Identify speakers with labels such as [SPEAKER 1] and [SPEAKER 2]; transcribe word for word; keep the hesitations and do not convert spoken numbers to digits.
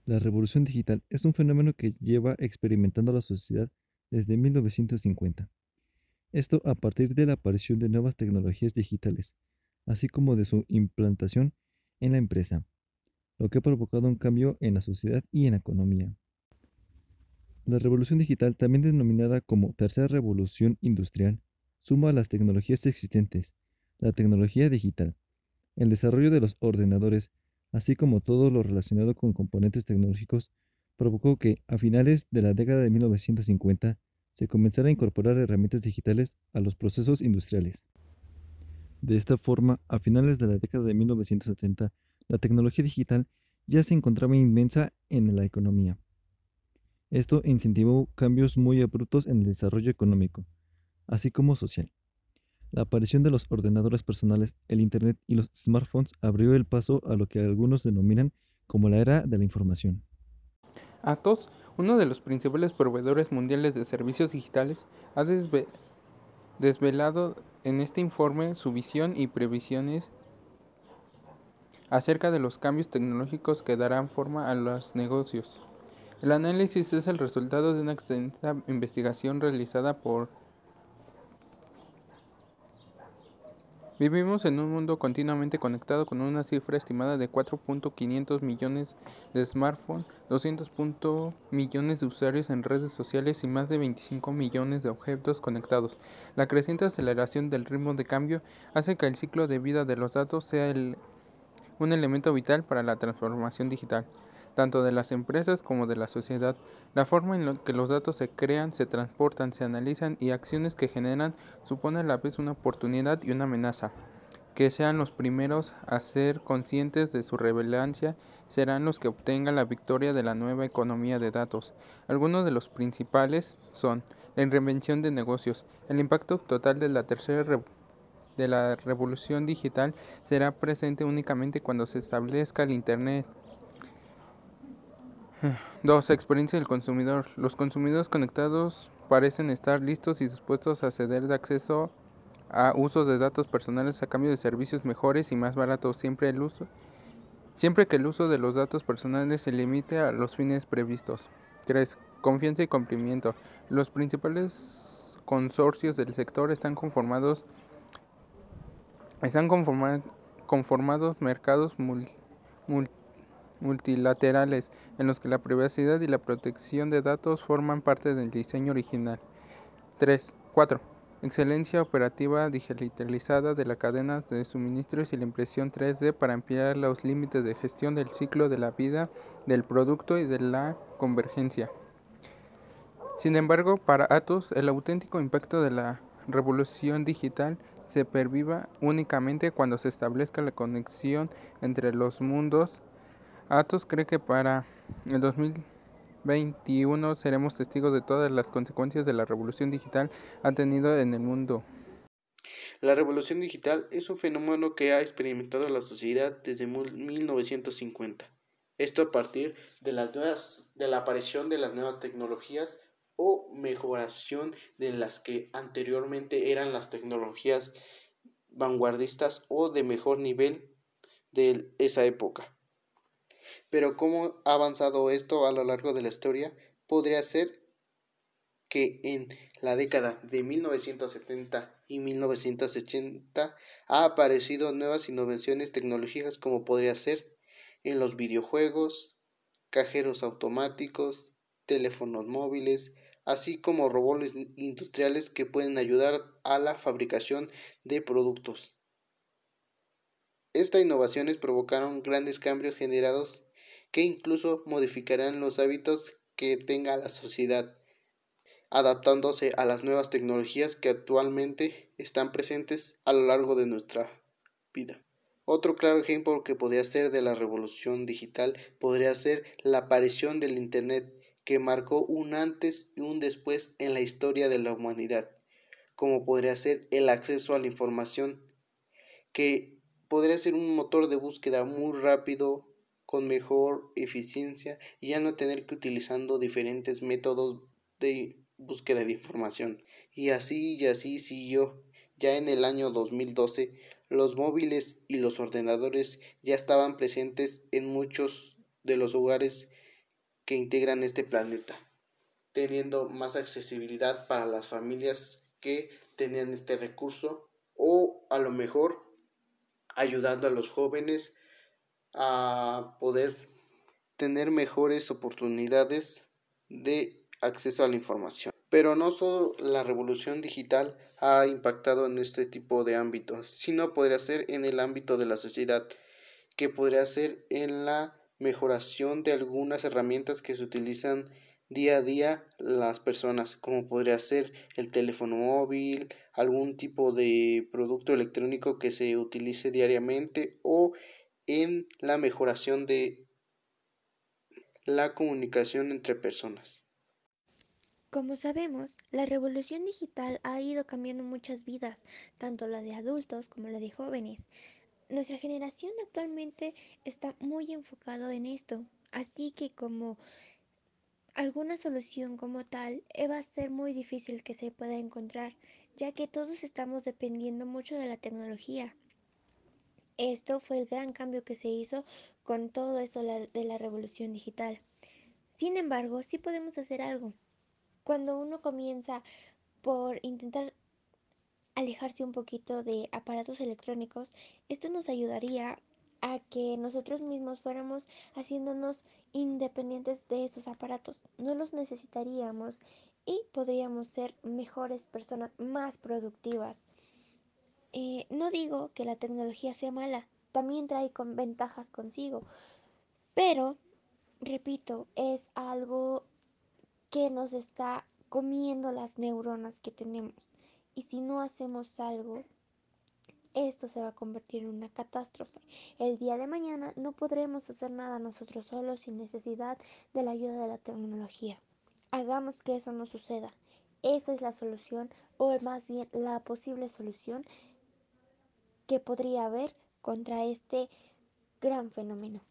[SPEAKER 1] La revolución digital es un fenómeno que lleva experimentando la sociedad desde mil novecientos cincuenta. Esto a partir de la aparición de nuevas tecnologías digitales, así como de su implantación en la empresa, lo que ha provocado un cambio en la sociedad y en la economía. La revolución digital, también denominada como tercera revolución industrial, suma a las tecnologías existentes, la tecnología digital, el desarrollo de los ordenadores, así como todo lo relacionado con componentes tecnológicos, provocó que, a finales de la década de mil novecientos cincuenta, se comenzara a incorporar herramientas digitales a los procesos industriales. De esta forma, a finales de la década de mil novecientos setenta, la tecnología digital ya se encontraba inmensa en la economía. Esto incentivó cambios muy abruptos en el desarrollo económico, así como social. La aparición de los ordenadores personales, el Internet y los smartphones abrió el paso a lo que algunos denominan como la era de la información.
[SPEAKER 2] Atos, uno de los principales proveedores mundiales de servicios digitales, ha desve- desvelado en este informe su visión y previsiones acerca de los cambios tecnológicos que darán forma a los negocios. El análisis es el resultado de una extensa investigación realizada por... Vivimos en un mundo continuamente conectado con una cifra estimada de cuatro punto quinientos millones de smartphones, doscientos millones de usuarios en redes sociales y más de veinticinco millones de objetos conectados. La creciente aceleración del ritmo de cambio hace que el ciclo de vida de los datos sea el un elemento vital para la transformación digital, tanto de las empresas como de la sociedad. La forma en la que los datos se crean, se transportan, se analizan y acciones que generan supone a la vez una oportunidad y una amenaza. Que sean los primeros a ser conscientes de su relevancia serán los que obtengan la victoria de la nueva economía de datos. Algunos de los principales son la reinvención de negocios, el impacto total de la tercera revolución de la revolución digital será presente únicamente cuando se establezca el Internet. dos. Experiencia del consumidor. Los consumidores conectados parecen estar listos y dispuestos a ceder de acceso a usos de datos personales a cambio de servicios mejores y más baratos, siempre el uso siempre que el uso de los datos personales se limite a los fines previstos. tres. Confianza y cumplimiento. Los principales consorcios del sector están conformados Están conforma- conformados mercados mul- mul- multilaterales en los que la privacidad y la protección de datos forman parte del diseño original. tres. cuatro. Excelencia operativa digitalizada de la cadena de suministros y la impresión tres D para ampliar los límites de gestión del ciclo de la vida del producto y de la convergencia. Sin embargo, para Atos, el auténtico impacto de la revolución digital se perviva únicamente cuando se establezca la conexión entre los mundos. Atos cree que para el dos mil veintiuno seremos testigos de todas las consecuencias de la revolución digital ha tenido en el mundo.
[SPEAKER 3] La revolución digital es un fenómeno que ha experimentado la sociedad desde mil novecientos cincuenta. Esto a partir de, las nuevas, de la aparición de las nuevas tecnologías o mejoración de las que anteriormente eran las tecnologías vanguardistas o de mejor nivel de esa época. Pero cómo ha avanzado esto a lo largo de la historia, podría ser que en la década de mil novecientos setenta y mil novecientos ochenta ha aparecido nuevas innovaciones tecnológicas como podría ser en los videojuegos, cajeros automáticos, teléfonos móviles, así como robots industriales que pueden ayudar a la fabricación de productos. Estas innovaciones provocaron grandes cambios generados que incluso modificarán los hábitos que tenga la sociedad, adaptándose a las nuevas tecnologías que actualmente están presentes a lo largo de nuestra vida. Otro claro ejemplo que podría ser de la revolución digital podría ser la aparición del Internet, que marcó un antes y un después en la historia de la humanidad, como podría ser el acceso a la información, que podría ser un motor de búsqueda muy rápido, con mejor eficiencia y ya no tener que utilizando diferentes métodos de búsqueda de información. Y así y así siguió. Ya en el año dos mil doce, los móviles y los ordenadores ya estaban presentes en muchos de los hogares que integran este planeta, teniendo más accesibilidad para las familias que tenían este recurso, o a lo mejor ayudando a los jóvenes a poder tener mejores oportunidades de acceso a la información. Pero no solo la revolución digital ha impactado en este tipo de ámbitos, sino podría ser en el ámbito de la sociedad, que podría ser en la mejoración de algunas herramientas que se utilizan día a día las personas, como podría ser el teléfono móvil, algún tipo de producto electrónico que se utilice diariamente, o en la mejoración de la comunicación entre personas.
[SPEAKER 4] Como sabemos, la revolución digital ha ido cambiando muchas vidas, tanto la de adultos como la de jóvenes. Nuestra generación actualmente está muy enfocado en esto, así que como alguna solución como tal eh, va a ser muy difícil que se pueda encontrar, ya que todos estamos dependiendo mucho de la tecnología. Esto fue el gran cambio que se hizo con todo esto de la revolución digital. Sin embargo, sí podemos hacer algo. Cuando uno comienza por intentar alejarse un poquito de aparatos electrónicos, esto nos ayudaría a que nosotros mismos fuéramos haciéndonos independientes de esos aparatos. No los necesitaríamos y podríamos ser mejores personas, más productivas. Eh, no digo que la tecnología sea mala, también trae con ventajas consigo, pero, repito, es algo que nos está comiendo las neuronas que tenemos. Y si no hacemos algo, esto se va a convertir en una catástrofe. El día de mañana no podremos hacer nada nosotros solos sin necesidad de la ayuda de la tecnología. Hagamos que eso no suceda. Esa es la solución, o más bien la posible solución que podría haber contra este gran fenómeno.